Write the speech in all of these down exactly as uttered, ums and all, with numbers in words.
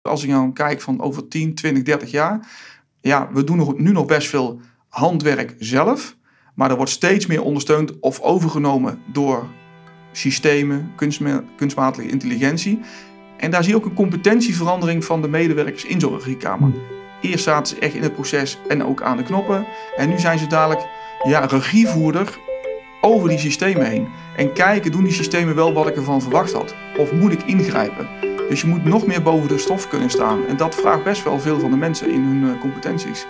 Als ik nou kijk van over tien, twintig, dertig jaar. Ja, we doen nog, nu nog best veel handwerk zelf. Maar er wordt steeds meer ondersteund of overgenomen door systemen, kunstma- kunstmatige intelligentie. En daar zie je ook een competentieverandering van de medewerkers in zo'n regiekamer. Eerst zaten ze echt in het proces en ook aan de knoppen. En nu zijn ze dadelijk ja, regievoerder over die systemen heen. En kijken, doen die systemen wel wat ik ervan verwacht had? Of moet ik ingrijpen? Dus je moet nog meer boven de stof kunnen staan. En dat vraagt best wel veel van de mensen in hun competenties.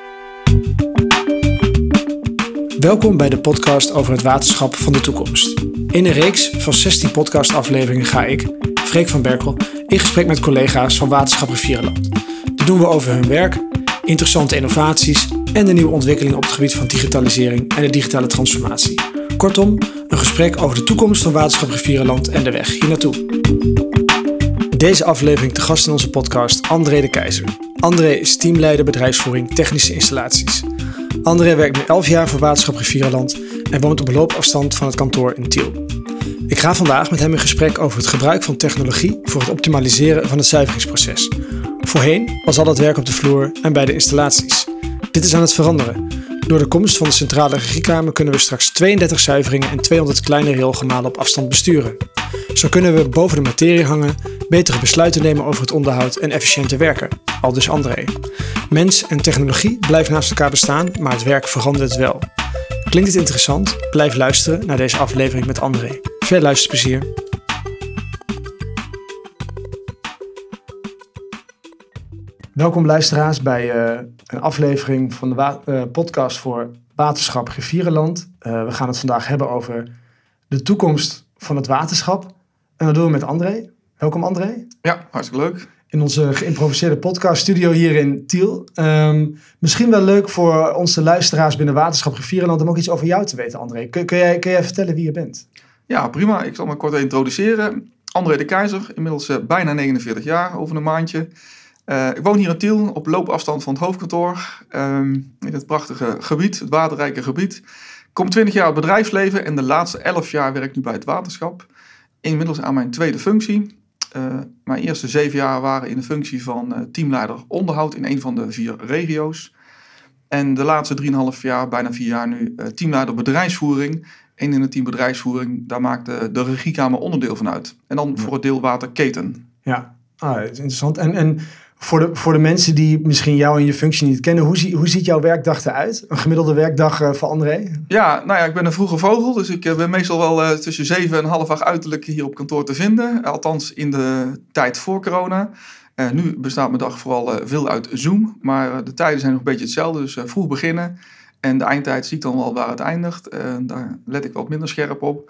Welkom bij de podcast over het waterschap van de toekomst. In een reeks van zestien podcastafleveringen ga ik, Freek van Berkel, in gesprek met collega's van Waterschap Rivierenland. Dit doen we over hun werk, interessante innovaties en de nieuwe ontwikkelingen op het gebied van digitalisering en de digitale transformatie. Kortom, een gesprek over de toekomst van Waterschap Rivierenland en de weg hier naartoe. Deze aflevering te gast in onze podcast André de Keizer. André is teamleider bedrijfsvoering technische installaties. André werkt nu elf jaar voor Waterschap Rivierenland en woont op loopafstand van het kantoor in Tiel. Ik ga vandaag met hem in gesprek over het gebruik van technologie voor het optimaliseren van het zuiveringsproces. Voorheen was al het werk op de vloer en bij de installaties. Dit is aan het veranderen. Door de komst van de centrale regiekamer kunnen we straks tweeëndertig zuiveringen en tweehonderd kleine rioolgemalen op afstand besturen. Zo kunnen we boven de materie hangen, betere besluiten nemen over het onderhoud en efficiënter werken. Aldus André. Mens en technologie blijven naast elkaar bestaan, maar het werk verandert wel. Klinkt het interessant? Blijf luisteren naar deze aflevering met André. Veel luisterplezier. Welkom luisteraars bij uh, een aflevering van de wa- uh, podcast voor Waterschap Rivierenland. Uh, we gaan het vandaag hebben over de toekomst van het waterschap. En dat doen we met André. Welkom André. Ja, hartstikke leuk. In onze geïmproviseerde podcaststudio hier in Tiel. Um, misschien wel leuk voor onze luisteraars binnen Waterschap Rivierenland om ook iets over jou te weten, André. Kun, kun, jij, kun jij vertellen wie je bent? Ja, prima. Ik zal me kort introduceren. André de Keizer, inmiddels uh, bijna negenenveertig jaar, over een maandje. Uh, ik woon hier in Tiel, op loopafstand van het hoofdkantoor. Um, in het prachtige gebied, het waterrijke gebied. Ik kom twintig jaar uit het bedrijfsleven en de laatste elf jaar werk ik nu bij het waterschap. Inmiddels aan mijn tweede functie. Uh, mijn eerste zeven jaar waren in de functie van uh, teamleider onderhoud in een van de vier regio's. En de laatste drieënhalf jaar, bijna vier jaar nu, uh, teamleider bedrijfsvoering. En in het team bedrijfsvoering, daar maakt de, de regiekamer onderdeel van uit. En dan ja. voor het deel waterketen. Ja, ah, interessant. En, en voor, de, voor de mensen die misschien jou en je functie niet kennen, hoe, zie, hoe ziet jouw werkdag eruit? Een gemiddelde werkdag uh, voor André? Ja, nou ja, ik ben een vroege vogel, dus ik uh, ben meestal wel uh, tussen zeven en half acht uiterlijk hier op kantoor te vinden. Althans in de tijd voor corona. Uh, nu bestaat mijn dag vooral uh, veel uit Zoom, maar uh, de tijden zijn nog een beetje hetzelfde. Dus uh, vroeg beginnen en de eindtijd zie ik dan wel waar het eindigt. Uh, daar let ik wat minder scherp op.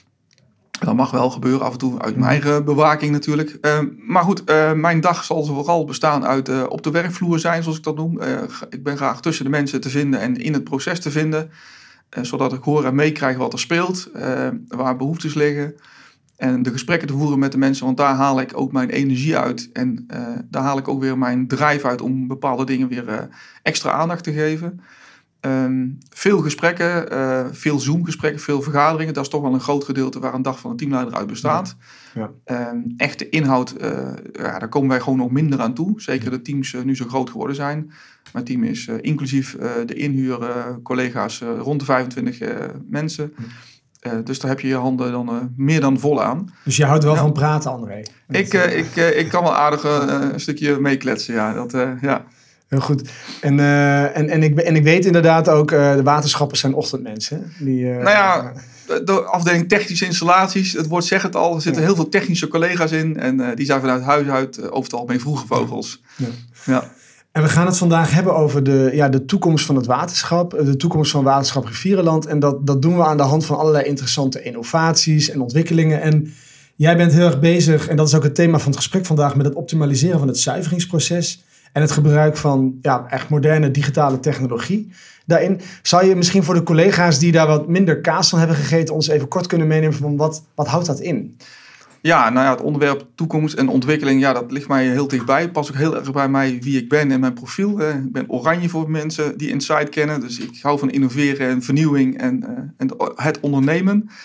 Dat mag wel gebeuren, af en toe uit mijn eigen bewaking natuurlijk. Uh, maar goed, uh, mijn dag zal vooral bestaan uit uh, op de werkvloer zijn, zoals ik dat noem. Uh, ik ben graag tussen de mensen te vinden en in het proces te vinden. Uh, zodat ik hoor en meekrijg wat er speelt, uh, waar behoeftes liggen. En de gesprekken te voeren met de mensen, want daar haal ik ook mijn energie uit. En uh, daar haal ik ook weer mijn drive uit om bepaalde dingen weer uh, extra aandacht te geven. Um, veel gesprekken, uh, veel Zoom-gesprekken, veel vergaderingen. Dat is toch wel een groot gedeelte waar een dag van een teamleider uit bestaat. Ja. Ja. Um, echte inhoud, uh, ja, daar komen wij gewoon nog minder aan toe. Zeker de teams uh, nu zo groot geworden zijn. Mijn team is uh, inclusief uh, de inhuur, uh, collega's, uh, rond de vijfentwintig uh, mensen. Uh, dus daar heb je je handen dan uh, meer dan vol aan. Dus je houdt wel ja. van praten, André? Ik, uh, ik, uh, ik kan wel aardig uh, een stukje meekletsen, ja. Dat, uh, ja. Heel goed. En, uh, en, en, ik, en ik weet inderdaad ook, uh, de waterschappers zijn ochtendmensen. Die, uh, nou ja, de afdeling technische installaties, het woord zegt het al, er zitten ja. heel veel technische collega's in. En uh, die zijn vanuit huis uit uh, over het algemeen vroege vogels. Ja. Ja. En we gaan het vandaag hebben over de, ja, de toekomst van het waterschap. De toekomst van Waterschap Rivierenland. En dat, dat doen we aan de hand van allerlei interessante innovaties en ontwikkelingen. En jij bent heel erg bezig, en dat is ook het thema van het gesprek vandaag, met het optimaliseren van het zuiveringsproces. En het gebruik van ja, echt moderne digitale technologie. Daarin zou je misschien voor de collega's die daar wat minder kaas van hebben gegeten, ons even kort kunnen meenemen van wat, wat houdt dat in? Ja, nou ja, het onderwerp toekomst en ontwikkeling, ja, dat ligt mij heel dichtbij. Het past ook heel erg bij mij wie ik ben en mijn profiel. Uh, ik ben oranje voor mensen die Insight kennen. Dus ik hou van innoveren en vernieuwing en, uh, en het ondernemen.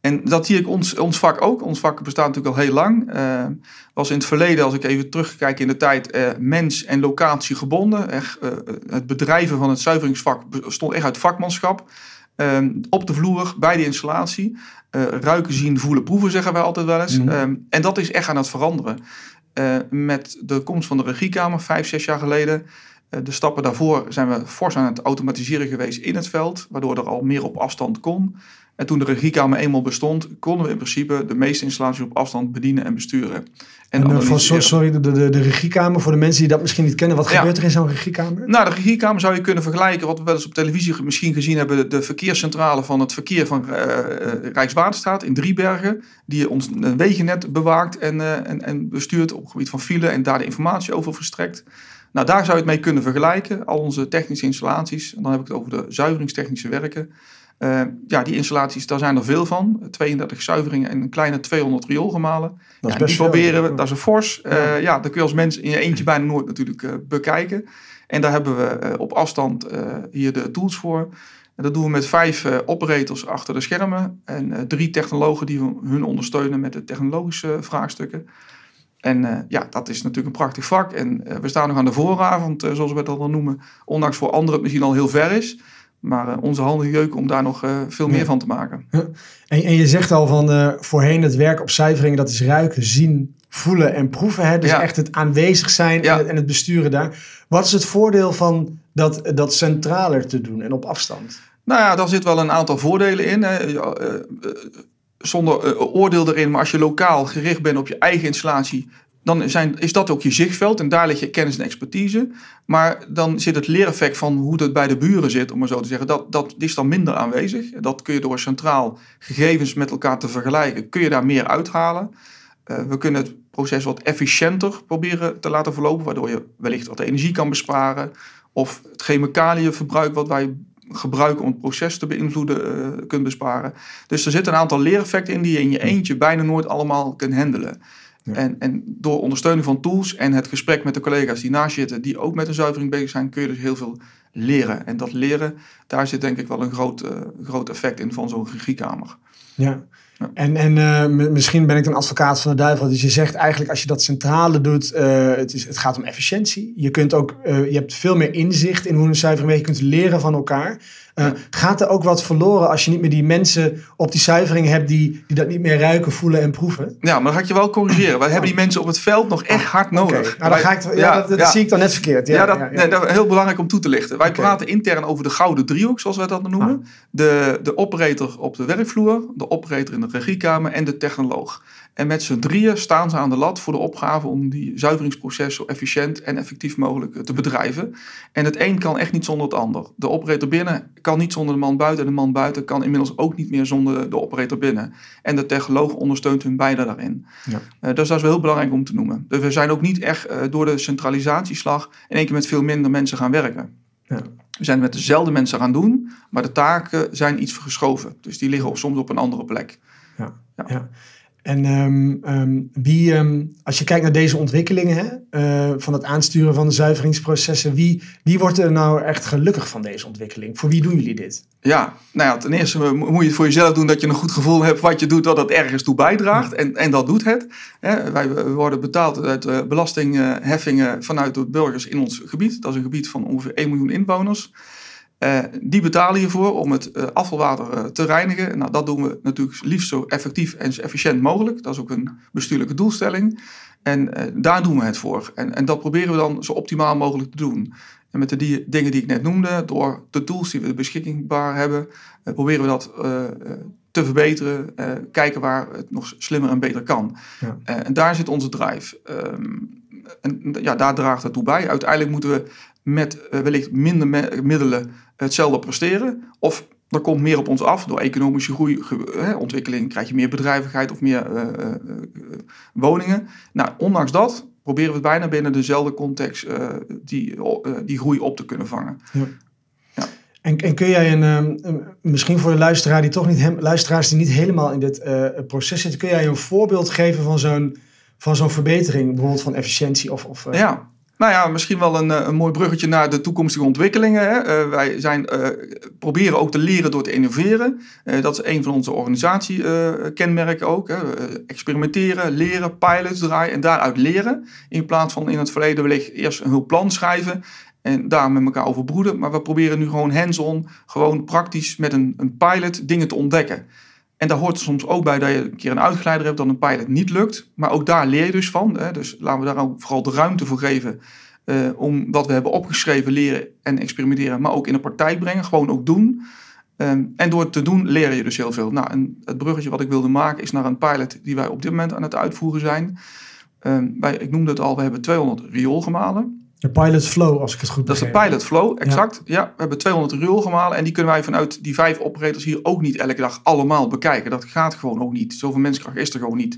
En dat zie ik ons, ons vak ook. Ons vak bestaat natuurlijk al heel lang. Uh, was in het verleden, als ik even terugkijk in de tijd, uh, mens- en locatie gebonden. Echt, uh, het bedrijven van het zuiveringsvak bestond echt uit vakmanschap. Uh, op de vloer, bij de installatie. Uh, ruiken, zien, voelen, proeven, zeggen wij altijd wel eens. Mm. Uh, en dat is echt aan het veranderen. Uh, met de komst van de regiekamer, vijf, zes jaar geleden. Uh, de stappen daarvoor zijn we fors aan het automatiseren geweest in het veld. Waardoor er al meer op afstand kon. En toen de regiekamer eenmaal bestond, konden we in principe de meeste installaties op afstand bedienen en besturen. En, en van, sorry, de, de, de regiekamer, voor de mensen die dat misschien niet kennen, wat ja. gebeurt er in zo'n regiekamer? Nou, de regiekamer zou je kunnen vergelijken, wat we wel eens op televisie misschien gezien hebben, de, de verkeerscentrale van het verkeer van uh, Rijkswaterstaat in Driebergen, die ons wegennet bewaakt en, uh, en, en bestuurt op het gebied van file en daar de informatie over verstrekt. Nou, daar zou je het mee kunnen vergelijken, al onze technische installaties. En dan heb ik het over de zuiveringstechnische werken. Uh, ja, die installaties, daar zijn er veel van. tweeëndertig zuiveringen en een kleine tweehonderd rioolgemalen. Dat is ja, best die proberen we, dat is een fors. Uh, ja. ja, dat kun je als mens in je eentje bijna nooit natuurlijk uh, bekijken. En daar hebben we uh, op afstand uh, hier de tools voor. En dat doen we met vijf uh, operators achter de schermen. En uh, drie technologen die we hun ondersteunen met de technologische vraagstukken. En uh, ja, dat is natuurlijk een prachtig vak. En uh, we staan nog aan de vooravond, uh, zoals we het al noemen. Ondanks voor anderen het misschien al heel ver is. Maar uh, onze handen jeuken om daar nog uh, veel meer ja. van te maken. Ja. En, en je zegt al van uh, voorheen het werk op zuivering, dat is ruiken, zien, voelen en proeven. Hè? Dus ja. echt het aanwezig zijn ja. en, het, en het besturen daar. Wat is het voordeel van dat, dat centraler te doen en op afstand? Nou ja, daar zit wel een aantal voordelen in. Hè. Uh, uh, zonder uh, oordeel erin, maar als je lokaal gericht bent op je eigen installatie, dan zijn, is dat ook je zichtveld en daar ligt je kennis en expertise. Maar dan zit het leereffect van hoe het bij de buren zit, om maar zo te zeggen, dat, dat is dan minder aanwezig. Dat kun je door centraal gegevens met elkaar te vergelijken, kun je daar meer uithalen. Uh, we kunnen het proces wat efficiënter proberen te laten verlopen, waardoor je wellicht wat energie kan besparen. Of het chemicaliënverbruik wat wij gebruiken om het proces te beïnvloeden uh, kunt besparen. Dus er zitten een aantal leereffecten in die je in je eentje bijna nooit allemaal kunt handelen. Ja. En, en door ondersteuning van tools en het gesprek met de collega's die naast zitten, die ook met de zuivering bezig zijn, kun je dus heel veel leren. En dat leren, daar zit denk ik wel een groot, uh, groot effect in van zo'n regiekamer. Ja. Ja. En, en uh, misschien ben ik een advocaat van de duivel. Dus je zegt eigenlijk als je dat centrale doet, uh, het, is, het gaat om efficiëntie. Je kunt ook, uh, je hebt veel meer inzicht in hoe een zuivering werkt. Je kunt leren van elkaar. Uh, ja. Gaat er ook wat verloren als je niet meer die mensen op die zuivering hebt die, die dat niet meer ruiken, voelen en proeven? Ja, maar dan ga ik je wel corrigeren. Wij oh. hebben die mensen op het veld nog echt hard nodig. Okay. Nou, dan ga ik, ja, ja, dat, dat ja. zie ik dan net verkeerd. Ja, ja, dat, ja, ja. Nee, dat is heel belangrijk om toe te lichten. Wij okay. praten intern over de gouden driehoek, zoals wij dat noemen. Ah. De, de operator op de werkvloer, de operator in de regiekamer en de technoloog. En met z'n drieën staan ze aan de lat voor de opgave om die zuiveringsproces zo efficiënt en effectief mogelijk te bedrijven. En het een kan echt niet zonder het ander. De operator binnen kan niet zonder de man buiten en de man buiten kan inmiddels ook niet meer zonder de operator binnen. En de technoloog ondersteunt hun beiden daarin. Ja. Uh, dus dat is wel heel belangrijk om te noemen. Dus we zijn ook niet echt uh, door de centralisatieslag in één keer met veel minder mensen gaan werken. Ja. We zijn met dezelfde mensen gaan doen, maar de taken zijn iets geschoven. Dus die liggen soms op een andere plek. Ja, ja. ja. En um, um, wie, um, als je kijkt naar deze ontwikkelingen, hè, uh, van het aansturen van de zuiveringsprocessen, wie, wie wordt er nou echt gelukkig van deze ontwikkeling? Voor wie doen jullie dit? Ja, nou ja, ten eerste moet je het voor jezelf doen dat je een goed gevoel hebt wat je doet, dat het ergens toe bijdraagt. Ja. En, en dat doet het. Hè. Wij worden betaald uit uh, belastingheffingen vanuit de burgers in ons gebied. Dat is een gebied van ongeveer één miljoen inwoners. Uh, die betalen hiervoor om het uh, afvalwater uh, te reinigen. Nou, dat doen we natuurlijk liefst zo effectief en zo efficiënt mogelijk. Dat is ook een bestuurlijke doelstelling. En uh, daar doen we het voor. En, en dat proberen we dan zo optimaal mogelijk te doen. En met de die, dingen die ik net noemde, door de tools die we beschikbaar hebben, uh, proberen we dat uh, te verbeteren. Uh, kijken waar het nog slimmer en beter kan. Ja. Uh, en daar zit onze drive. Um, en ja, daar draagt het toe bij. Uiteindelijk moeten we met uh, wellicht minder me- middelen hetzelfde presteren. Of er komt meer op ons af. Door economische groei, ge- hè, ontwikkeling krijg je meer bedrijvigheid of meer uh, uh, uh, woningen. Nou, ondanks dat proberen we het bijna binnen dezelfde context uh, die, uh, die groei op te kunnen vangen. Ja. Ja. En, en kun jij een, um, misschien voor de luisteraar die toch niet hem, luisteraars die niet helemaal in dit uh, proces zitten, kun jij een voorbeeld geven van zo'n, van zo'n verbetering, bijvoorbeeld van efficiëntie of... of uh... Ja. Nou ja, misschien wel een, een mooi bruggetje naar de toekomstige ontwikkelingen. Hè. Uh, wij zijn, uh, proberen ook te leren door te innoveren. Uh, dat is een van onze organisatiekenmerken uh, ook. Hè. Uh, experimenteren, leren, pilots draaien en daaruit leren. In plaats van in het verleden wellicht eerst een heel plan schrijven en daar met elkaar over broeden. Maar we proberen nu gewoon hands-on, gewoon praktisch met een, een pilot dingen te ontdekken. En daar hoort soms ook bij dat je een keer een uitgeleider hebt dat een pilot niet lukt. Maar ook daar leer je dus van. Hè. Dus laten we daar ook vooral de ruimte voor geven. Uh, om wat we hebben opgeschreven leren en experimenteren. Maar ook in de praktijk brengen. Gewoon ook doen. Um, en door het te doen leer je dus heel veel. Nou, en het bruggetje wat ik wilde maken is naar een pilot die wij op dit moment aan het uitvoeren zijn. Um, wij, ik noemde het al, we hebben tweehonderd rioolgemalen. De pilot flow, als ik het goed begrijp. Dat is de pilot flow, exact. Ja. ja, we hebben tweehonderd rioolgemalen en die kunnen wij vanuit die vijf operators hier ook niet elke dag allemaal bekijken. Dat gaat gewoon ook niet. Zoveel menskracht is er gewoon niet.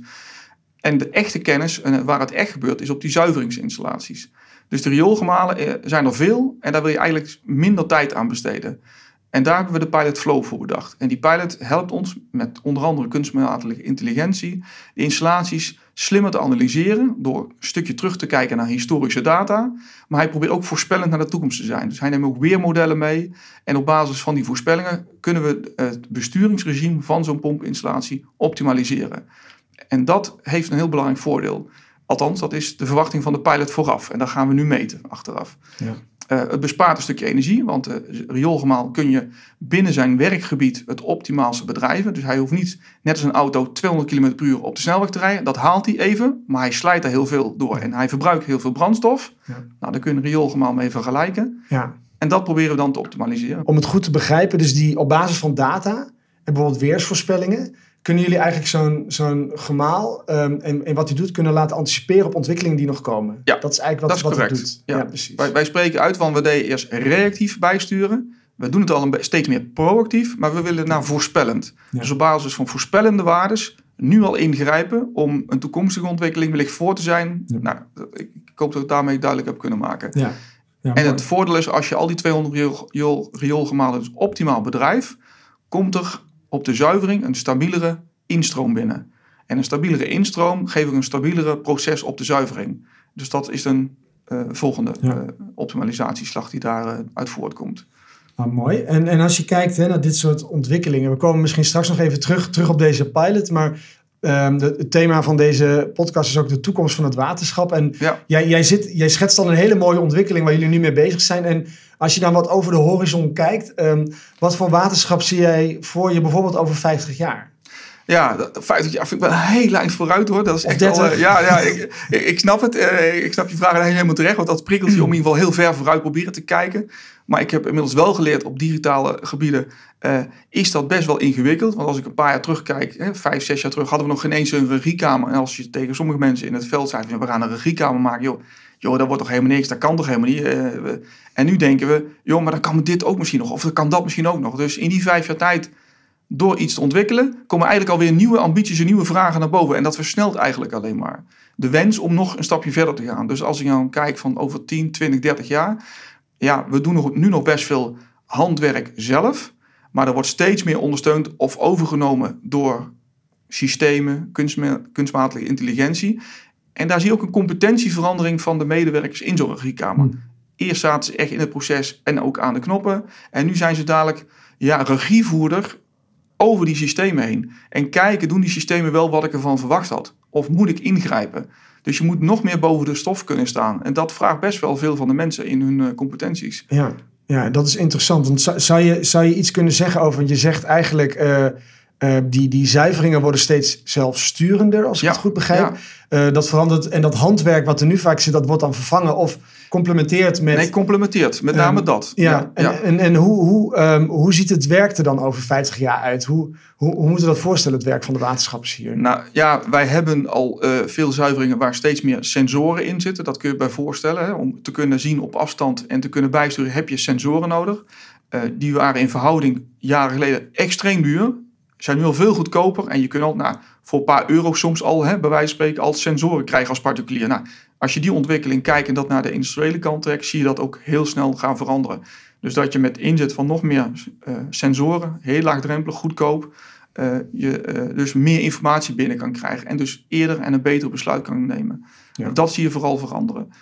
En de echte kennis, waar het echt gebeurt, is op die zuiveringsinstallaties. Dus de rioolgemalen zijn er veel en daar wil je eigenlijk minder tijd aan besteden. En daar hebben we de pilot flow voor bedacht. En die pilot helpt ons met onder andere kunstmatige intelligentie de installaties slimmer te analyseren door een stukje terug te kijken naar historische data. Maar hij probeert ook voorspellend naar de toekomst te zijn. Dus hij neemt ook weermodellen mee. En op basis van die voorspellingen kunnen we het besturingsregime van zo'n pompinstallatie optimaliseren. En dat heeft een heel belangrijk voordeel. Althans, dat is de verwachting van de pilot vooraf. En dat gaan we nu meten achteraf. Ja. Uh, het bespaart een stukje energie, want uh, rioolgemaal kun je binnen zijn werkgebied het optimaalste bedrijven. Dus hij hoeft niet, net als een auto, tweehonderd kilometer per uur op de snelweg te rijden. Dat haalt hij even, maar hij slijt er heel veel door. En hij verbruikt heel veel brandstof. Ja. Nou, daar kun je een rioolgemaal mee vergelijken. Ja. En dat proberen we dan te optimaliseren. Om het goed te begrijpen, dus die op basis van data en bijvoorbeeld weersvoorspellingen, kunnen jullie eigenlijk zo'n, zo'n gemaal um, en, en wat hij doet kunnen laten anticiperen op ontwikkelingen die nog komen? Ja, dat is eigenlijk wat, dat is wat correct. hij doet. Ja. Ja, precies. Wij, wij spreken uit van we deden eerst reactief bijsturen. We doen het al een steeds meer proactief, maar we willen naar voorspellend. Ja. Dus op basis van voorspellende waardes nu al ingrijpen om een toekomstige ontwikkeling wellicht voor te zijn. Ja. Nou, ik hoop dat ik daarmee duidelijk heb kunnen maken. Ja. Ja, en mooi. Het voordeel is als je al die tweehonderd riool, riool, rioolgemalen dus optimaal bedrijft, komt er op de zuivering een stabielere instroom binnen. En een stabielere instroom geeft ook een stabielere proces op de zuivering. Dus dat is een uh, volgende ja. uh, optimalisatieslag die daaruit uh, voortkomt. Nou, mooi. En, en als je kijkt hè, naar dit soort ontwikkelingen, we komen misschien straks nog even terug, terug op deze pilot, maar um, de, het thema van deze podcast is ook de toekomst van het waterschap. En ja. jij, jij, zit, jij schetst dan een hele mooie ontwikkeling waar jullie nu mee bezig zijn. En als je dan wat over de horizon kijkt, um, wat voor waterschap zie jij voor je bijvoorbeeld over vijftig jaar? Ja, vijftig jaar vind ik wel een heel eind vooruit hoor. Dat is echt wel, uh, ja, ja ik, ik, ik snap het. Uh, ik snap je vraag helemaal terecht. Want dat prikkelt je om in ieder geval heel ver vooruit proberen te kijken. Maar ik heb inmiddels wel geleerd op digitale gebieden uh, is dat best wel ingewikkeld. Want als ik een paar jaar terugkijk, hè, vijf, zes jaar terug, hadden we nog geen eens een regiekamer. En als je tegen sommige mensen in het veld zei, we gaan een regiekamer maken, joh. Joh, dat wordt toch helemaal niks, dat kan toch helemaal niet. Uh, we, en nu denken we, joh, maar dan kan dit ook misschien nog. Of dan kan dat misschien ook nog. Dus in die vijf jaar tijd, door iets te ontwikkelen, komen eigenlijk alweer nieuwe ambities en nieuwe vragen naar boven. En dat versnelt eigenlijk alleen maar de wens om nog een stapje verder te gaan. Dus als ik nou kijk van over tien, twintig, dertig jaar. Ja, we doen nog, nu nog best veel handwerk zelf. Maar er wordt steeds meer ondersteund of overgenomen door systemen, kunstma- kunstmatige intelligentie. En daar zie je ook een competentieverandering van de medewerkers in zo'n regiekamer. Hmm. Eerst zaten ze echt in het proces en ook aan de knoppen. En nu zijn ze dadelijk ja, regievoerder over die systemen heen. En kijken, doen die systemen wel wat ik ervan verwacht had? Of moet ik ingrijpen? Dus je moet nog meer boven de stof kunnen staan. En dat vraagt best wel veel van de mensen in hun uh, competenties. Ja, ja, dat is interessant. Want zou je, zou je iets kunnen zeggen over... Want je zegt eigenlijk... Uh, uh, die, die zuiveringen worden steeds zelfsturender, als ik ja, het goed begrijp. Ja. Uh, dat verandert. En dat handwerk wat er nu vaak zit, dat wordt dan vervangen of complementeert met... Nee, complementeert. Met name um, dat. Ja, ja, en, ja. en, en hoe, hoe, um, hoe ziet het werk er dan over vijftig jaar uit? Hoe, hoe, hoe moeten we dat voorstellen, het werk van de waterschappers hier? Nou ja, wij hebben al uh, veel zuiveringen waar steeds meer sensoren in zitten. Dat kun je bij voorstellen. Hè? Om te kunnen zien op afstand en te kunnen bijsturen heb je sensoren nodig. Uh, die waren in verhouding jaren geleden extreem duur. Zijn nu al veel goedkoper. En je kunt al nou, voor een paar euro soms al, hè, bij wijze van spreken, al sensoren krijgen als particulier. Nou, als je die ontwikkeling kijkt en dat naar de industriële kant trekt, zie je dat ook heel snel gaan veranderen. Dus dat je met inzet van nog meer uh, sensoren, heel laagdrempelig, goedkoop, uh, je uh, dus meer informatie binnen kan krijgen. En dus eerder en een beter besluit kan nemen. Ja. Dat zie je vooral veranderen.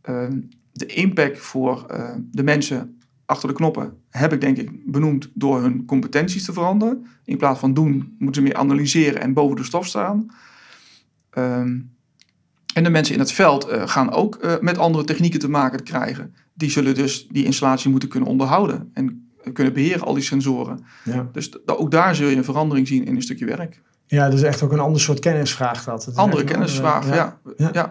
Uh, de impact voor uh, de mensen achter de knoppen heb ik denk ik benoemd door hun competenties te veranderen. In plaats van doen, moeten ze meer analyseren en boven de stof staan. Um, en de mensen in het veld uh, gaan ook uh, met andere technieken te maken krijgen. Die zullen dus die installatie moeten kunnen onderhouden en kunnen beheren, al die sensoren. Ja. Dus d- ook daar zul je een verandering zien in een stukje werk. Ja, dus echt ook een ander soort kennisvraag dat. dat andere kennisvraag, andere, ja. ja. ja.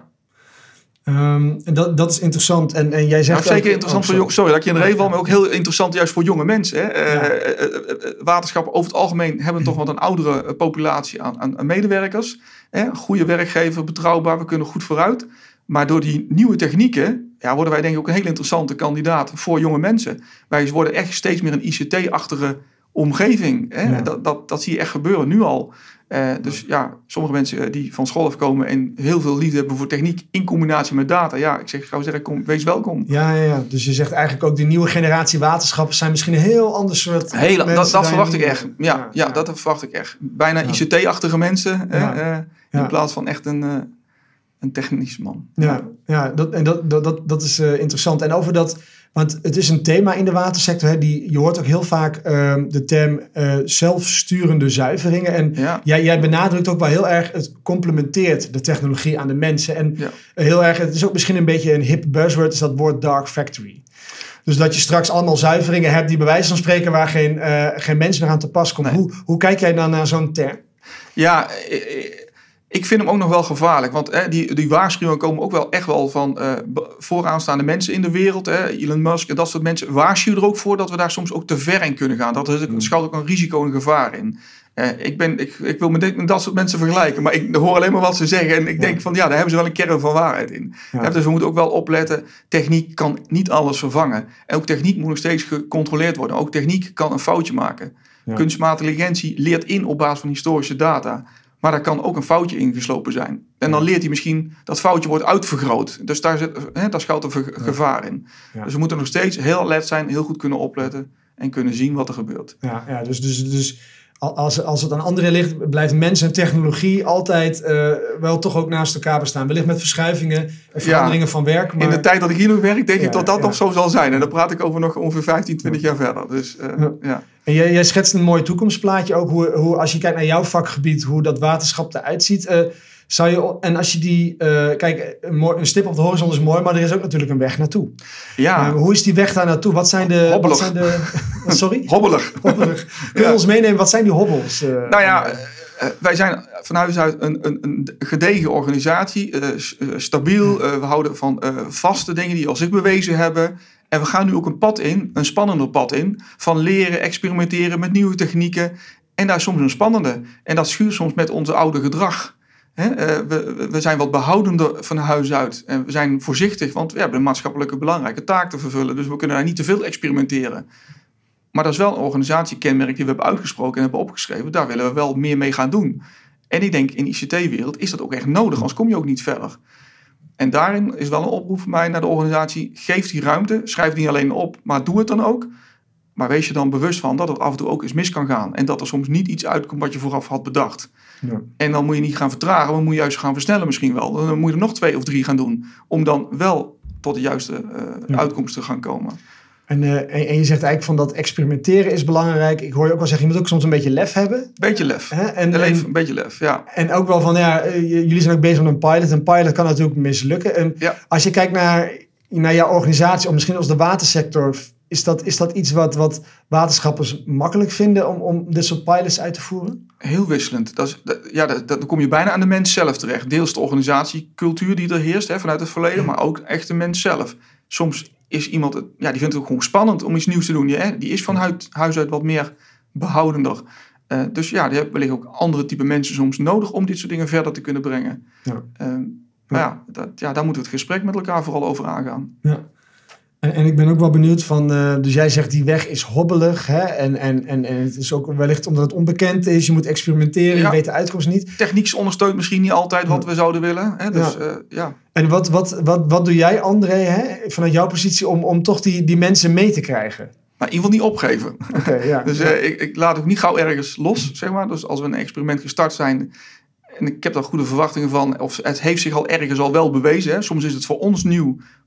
Um, en dat, dat is interessant. En, en jij zegt nou, zeker ook, interessant oh, voor jong, sorry dat ik je in de reden val, maar ook heel interessant juist voor jonge mensen. Hè. Ja. Uh, uh, uh, waterschappen over het algemeen hebben toch wat een oudere populatie aan, aan, aan medewerkers. Hè. Goede werkgever, betrouwbaar, we kunnen goed vooruit. Maar door die nieuwe technieken ja, worden wij denk ik ook een hele interessante kandidaat voor jonge mensen. Wij worden echt steeds meer een I C T-achtige omgeving. Hè. Ja. Dat, dat, dat zie je echt gebeuren nu al. Uh, dus ja, sommige mensen die van school afkomen en heel veel liefde hebben voor techniek in combinatie met data. Ja, ik zeg, ik zou zeggen, kom, wees welkom. Ja, ja, ja, dus je zegt eigenlijk ook de nieuwe generatie waterschappen zijn misschien een heel ander soort heel, dat, dat verwacht ik echt. Ja, ja, ja, dat verwacht ik echt. Bijna ja. I C T-achtige mensen ja. uh, uh, in ja. plaats van echt een, uh, een technisch man. Ja, ja dat, en dat, dat, dat, dat is uh, interessant. En over dat... Want het is een thema in de watersector. Hè, die, je hoort ook heel vaak uh, de term uh, zelfsturende zuiveringen. En ja. jij, jij benadrukt ook wel heel erg... het complementeert de technologie aan de mensen. En ja. heel erg, het is ook misschien een beetje een hip buzzword... is dat woord dark factory. Dus dat je straks allemaal zuiveringen hebt... die bij wijze van spreken waar geen, uh, geen mens meer aan te pas komt. Nee. Hoe, hoe kijk jij dan naar zo'n term? Ja... Ik, Ik vind hem ook nog wel gevaarlijk, want hè, die, die waarschuwingen komen ook wel echt wel van uh, vooraanstaande mensen in de wereld. Hè, Elon Musk en dat soort mensen waarschuwen er ook voor dat we daar soms ook te ver in kunnen gaan. Dat er schuilt ook een risico en gevaar in. Uh, ik, ben, ik, ik wil me met dat soort mensen vergelijken, maar ik hoor alleen maar wat ze zeggen. En ik denk van ja, daar hebben ze wel een kern van waarheid in. Ja. Ja, dus we moeten ook wel opletten, techniek kan niet alles vervangen. En ook techniek moet nog steeds gecontroleerd worden. Ook techniek kan een foutje maken. Ja. Kunstmatige intelligentie leert in op basis van historische data. Maar daar kan ook een foutje in geslopen zijn. En dan leert hij misschien, dat foutje wordt uitvergroot. Dus daar, zit, hè, daar schuilt een ver, ja. gevaar in. Ja. Dus we moeten nog steeds heel alert zijn, heel goed kunnen opletten... en kunnen zien wat er gebeurt. Ja, ja dus, dus, dus als, als het aan anderen ligt... blijft mens en technologie altijd uh, wel toch ook naast elkaar bestaan. Wellicht met verschuivingen en veranderingen ja. van werk. Maar... In de tijd dat ik hier nog werk, denk ja, ik dat dat ja. nog zo zal zijn. En dan praat ik over nog ongeveer vijftien, twintig ja. jaar verder. Dus, uh, ja. Ja. En jij, jij schetst een mooi toekomstplaatje ook. Hoe, hoe, als je kijkt naar jouw vakgebied, hoe dat waterschap eruit ziet. Uh, zou je, en als je die... Uh, kijk, een, mooi, een stip op de horizon is mooi, maar er is ook natuurlijk een weg naartoe. Ja. Uh, hoe is die weg daar naartoe? Wat zijn de... Hobbelig. Wat zijn de, sorry? Hobbelig. Hobbelig. Kun je ja. ons meenemen? Wat zijn die hobbels? Uh, nou ja... Uh, Uh, wij zijn van huis uit een, een, een gedegen organisatie, uh, stabiel. Uh, we houden van uh, vaste dingen die al zich bewezen hebben. En we gaan nu ook een pad in, een spannender pad in, van leren, experimenteren met nieuwe technieken. En daar is soms een spannende. En dat schuurt soms met onze oude gedrag. Hè? Uh, we, we zijn wat behoudender van huis uit. En we zijn voorzichtig, want we hebben een maatschappelijke belangrijke taak te vervullen. Dus we kunnen daar niet te veel experimenteren. Maar dat is wel een organisatiekenmerk die we hebben uitgesproken en hebben opgeschreven. Daar willen we wel meer mee gaan doen. En ik denk in de I C T-wereld is dat ook echt nodig, anders kom je ook niet verder. En daarin is wel een oproep van mij naar de organisatie. Geef die ruimte, schrijf die niet alleen op, maar doe het dan ook. Maar wees je dan bewust van dat het af en toe ook eens mis kan gaan. En dat er soms niet iets uitkomt wat je vooraf had bedacht. Ja. En dan moet je niet gaan vertragen, maar moet je juist gaan versnellen misschien wel. Dan moet je er nog twee of drie gaan doen. Om dan wel tot de juiste uh, ja. uitkomst te gaan komen. En, uh, en, en je zegt eigenlijk van dat experimenteren is belangrijk. Ik hoor je ook wel zeggen, je moet ook soms een beetje lef hebben. Beetje lef. Hè? En, en, en, een beetje lef, ja. En ook wel van, ja, jullie zijn ook bezig met een pilot. Een pilot kan natuurlijk mislukken. En ja. Als je kijkt naar, naar jouw organisatie, of misschien als de watersector... Is dat, is dat iets wat, wat waterschappers makkelijk vinden om, om dit soort pilots uit te voeren? Heel wisselend. Dat is, dat, ja, dat, dat, dan kom je bijna aan de mens zelf terecht. Deels de organisatiecultuur die er heerst hè, vanuit het verleden, maar ook echt de mens zelf. Soms is iemand, ja, die vindt het ook gewoon spannend om iets nieuws te doen. Ja, die is van huid, huis uit wat meer behoudender. Uh, dus ja, die hebben wellicht ook andere type mensen soms nodig om dit soort dingen verder te kunnen brengen. Ja. Uh, maar ja, dat, ja, daar moeten we het gesprek met elkaar vooral over aangaan. Ja. En, en ik ben ook wel benieuwd van, uh, dus jij zegt die weg is hobbelig. Hè? En, en, en, en het is ook wellicht omdat het onbekend is. Je moet experimenteren, ja. Je weet de uitkomst niet. Techniek ondersteunt misschien niet altijd wat ja. we zouden willen. Hè? Dus, ja. Uh, ja. En wat, wat, wat, wat doe jij, André, hè? Vanuit jouw positie om, om toch die, die mensen mee te krijgen? Maar in ieder geval niet opgeven. Okay, ja. dus uh, ik, ik laat ook niet gauw ergens los, zeg maar. Dus als we een experiment gestart zijn... En ik heb daar goede verwachtingen van. Of het heeft zich al ergens al wel bewezen. Hè. Soms is het voor ons nieuw.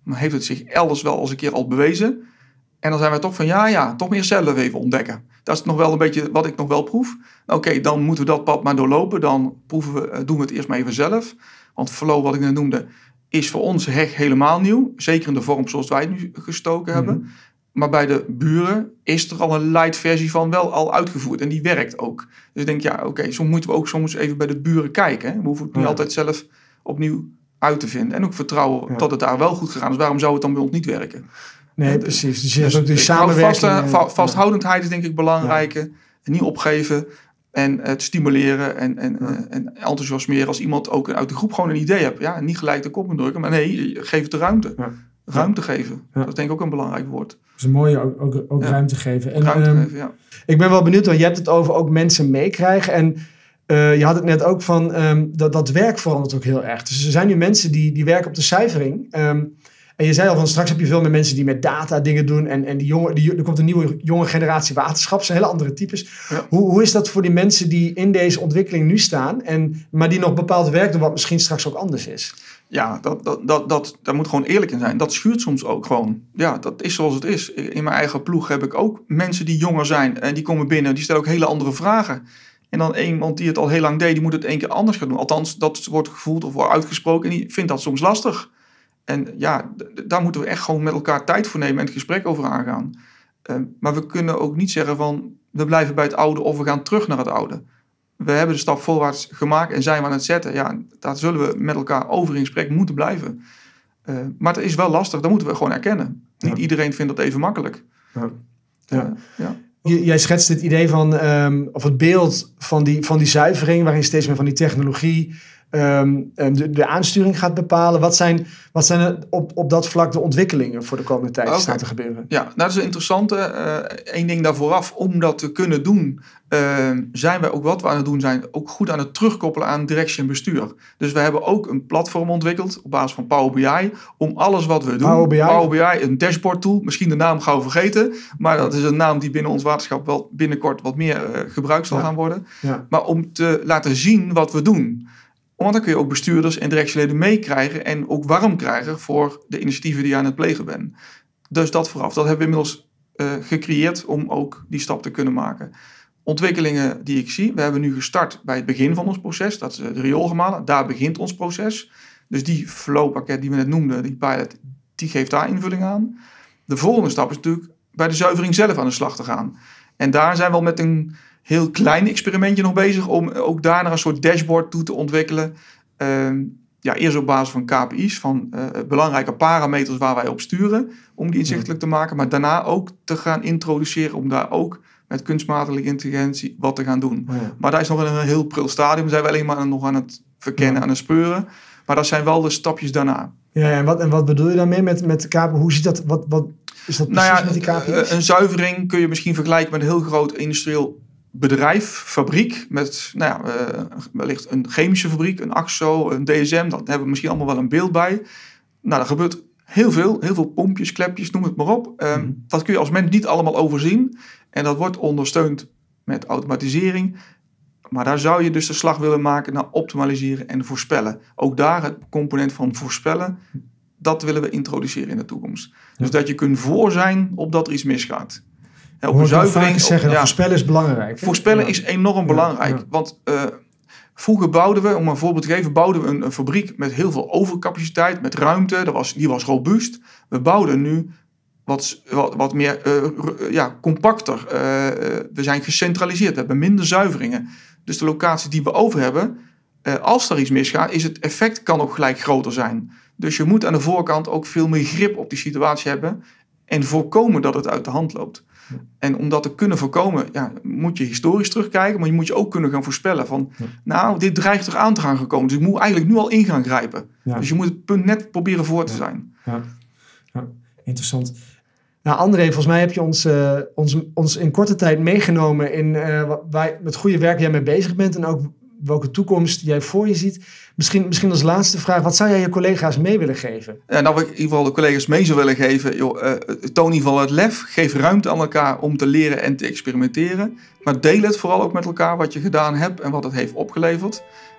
Maar heeft het zich elders wel eens een keer al bewezen? En dan zijn we toch van, ja, ja, toch meer zelf even ontdekken. Dat is nog wel een beetje wat ik nog wel proef. Oké, okay, dan moeten we dat pad maar doorlopen. Dan proeven we, doen we het eerst maar even zelf. Want flow, wat ik net noemde, is voor ons heg helemaal nieuw. Zeker in de vorm zoals wij het nu gestoken mm-hmm. hebben. Maar bij de buren is er al een light versie van wel al uitgevoerd. En die werkt ook. Dus ik denk, ja, oké, okay, soms moeten we ook soms even bij de buren kijken. Hè. We hoeven het niet ja. altijd zelf opnieuw uit te vinden. En ook vertrouwen ja. dat het daar wel goed gegaan is. Waarom zou het dan bij ons niet werken? Nee, uh, precies. Dus je hebt ook die samenwerking. Vast, uh, vasthoudendheid is denk ik belangrijk. Ja. Niet opgeven. En het stimuleren en, en, ja. uh, en enthousiasmeren als iemand ook uit de groep gewoon een idee hebt. Ja, niet gelijk de kop indrukken, maar nee, geef het de ruimte. Ja. Ruimte ja. geven. Ja. Dat is denk ik ook een belangrijk woord. Dat is een mooie, ook, ook, ook ja. ruimte geven. En, ruimte um, geven, ja. Ik ben wel benieuwd, want je hebt het over ook mensen meekrijgen. En uh, je had het net ook van, um, dat, dat werk verandert ook heel erg. Dus er zijn nu mensen die, die werken op de zuivering. Um, En je zei al van straks heb je veel meer mensen die met data dingen doen. En, en die jonge, die, er komt een nieuwe jonge generatie waterschap. Dat zijn hele andere types. Ja. Hoe, hoe is dat voor die mensen die in deze ontwikkeling nu staan. En, maar die nog bepaald werk doen wat misschien straks ook anders is? Ja, dat, dat, dat, dat, daar moet gewoon eerlijk in zijn. Dat schuurt soms ook gewoon. Ja, dat is zoals het is. In mijn eigen ploeg heb ik ook mensen die jonger zijn. En die komen binnen. Die stellen ook hele andere vragen. En dan iemand die het al heel lang deed. Die moet het één keer anders gaan doen. Althans, dat wordt gevoeld of wordt uitgesproken. En die vindt dat soms lastig. En ja, d- daar moeten we echt gewoon met elkaar tijd voor nemen en het gesprek over aangaan. Uh, maar we kunnen ook niet zeggen van, we blijven bij het oude of we gaan terug naar het oude. We hebben de stap voorwaarts gemaakt en zijn we aan het zetten. Ja, daar zullen we met elkaar over in gesprek moeten blijven. Uh, maar het is wel lastig, dat moeten we gewoon erkennen. Ja. Niet iedereen vindt dat even makkelijk. Ja. Ja. Uh, ja. J- jij schetst het idee van, um, of het beeld van die, van die zuivering, waarin steeds meer van die technologie Um, de, de aansturing gaat bepalen. Wat zijn, wat zijn er op, op dat vlak de ontwikkelingen voor de komende tijd okay. staan te gebeuren? Ja, nou, dat is een interessante. Eén uh, ding daar vooraf. Om dat te kunnen doen, uh, zijn wij ook wat we aan het doen zijn, ook goed aan het terugkoppelen aan directie en bestuur. Dus we hebben ook een platform ontwikkeld op basis van Power B I, om alles wat we doen, Power B I, Power B I een dashboard tool, misschien de naam gauw vergeten, maar dat is een naam die binnen ons waterschap wel binnenkort wat meer uh, gebruikt zal ja. gaan worden. Ja. Maar om te laten zien wat we doen. Want dan kun je ook bestuurders en directieleden meekrijgen en ook warm krijgen voor de initiatieven die je aan het plegen bent. Dus dat vooraf. Dat hebben we inmiddels uh, gecreëerd om ook die stap te kunnen maken. Ontwikkelingen die ik zie. We hebben nu gestart bij het begin van ons proces. Dat is de rioolgemalen. Daar begint ons proces. Dus die flowpakket die we net noemden, die pilot, die geeft daar invulling aan. De volgende stap is natuurlijk bij de zuivering zelf aan de slag te gaan. En daar zijn we al met een heel klein experimentje nog bezig om ook daar naar een soort dashboard toe te ontwikkelen. Uh, ja, eerst op basis van K P I's, van uh, belangrijke parameters waar wij op sturen, om die inzichtelijk te maken. Maar daarna ook te gaan introduceren om daar ook met kunstmatige intelligentie wat te gaan doen. Oh ja. Maar daar is nog in een heel pril stadium. We zijn we alleen maar nog aan het verkennen, ja. aan het speuren. Maar dat zijn wel de stapjes daarna. Ja, en wat, en wat bedoel je daarmee met, met de K P I? Hoe ziet dat? Wat, wat is dat precies nou ja, met die K P I's? Een zuivering kun je misschien vergelijken met een heel groot industrieel bedrijf, fabriek, met nou ja, uh, wellicht een chemische fabriek, een A X O, een D S M, dat hebben we misschien allemaal wel een beeld bij. Nou, er gebeurt heel veel, heel veel pompjes, klepjes, noem het maar op. Um, mm-hmm. Dat kun je als mens niet allemaal overzien en dat wordt ondersteund met automatisering. Maar daar zou je dus de slag willen maken naar optimaliseren en voorspellen. Ook daar het component van voorspellen, dat willen we introduceren in de toekomst. Ja. Dus dat je kunt voor zijn op dat er iets misgaat. Op een zuivering zeggen, ja, voorspellen is belangrijk. Hè? Voorspellen ja. is enorm belangrijk. Ja, ja. Want uh, vroeger bouwden we, om een voorbeeld te geven, bouwden we een, een fabriek met heel veel overcapaciteit, met ruimte. Dat was, die was robuust. We bouwden nu wat, wat, wat meer uh, ja, compacter. Uh, uh, we zijn gecentraliseerd. We hebben minder zuiveringen. Dus de locaties die we over hebben, uh, als er iets misgaat, is het effect kan ook gelijk groter zijn. Dus je moet aan de voorkant ook veel meer grip op die situatie hebben en voorkomen dat het uit de hand loopt. En om dat te kunnen voorkomen, ja, moet je historisch terugkijken, maar je moet je ook kunnen gaan voorspellen van, ja. nou, dit dreigt er aan te gaan gekomen. Dus ik moet eigenlijk nu al in gaan grijpen. Ja. Dus je moet het punt net proberen voor te zijn. Ja, ja. Interessant. Nou, André, volgens mij heb je ons, uh, ons, ons in korte tijd meegenomen in uh, waar, met goede werk jij mee bezig bent en ook welke toekomst jij voor je ziet. Misschien, misschien als laatste vraag, wat zou jij je collega's mee willen geven? Ja, nou, wat ik in ieder geval de collega's mee zou willen geven, joh, uh, toon in ieder geval het lef, geef ruimte aan elkaar om te leren en te experimenteren. Maar deel het vooral ook met elkaar wat je gedaan hebt en wat het heeft opgeleverd.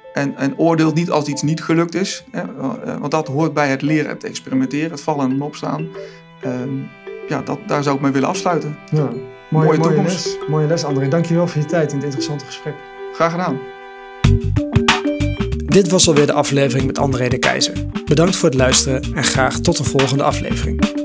En, en oordeelt niet als iets niet gelukt is. Hè, want dat hoort bij het leren, het experimenteren, het vallen en opstaan. Um, ja, dat, daar zou ik mee willen afsluiten. Ja, mooie, mooie, mooie les. Mooie les, André. Dankjewel voor je tijd in dit interessante gesprek. Graag gedaan. Dit was alweer de aflevering met André de Keizer. Bedankt voor het luisteren en graag tot een volgende aflevering.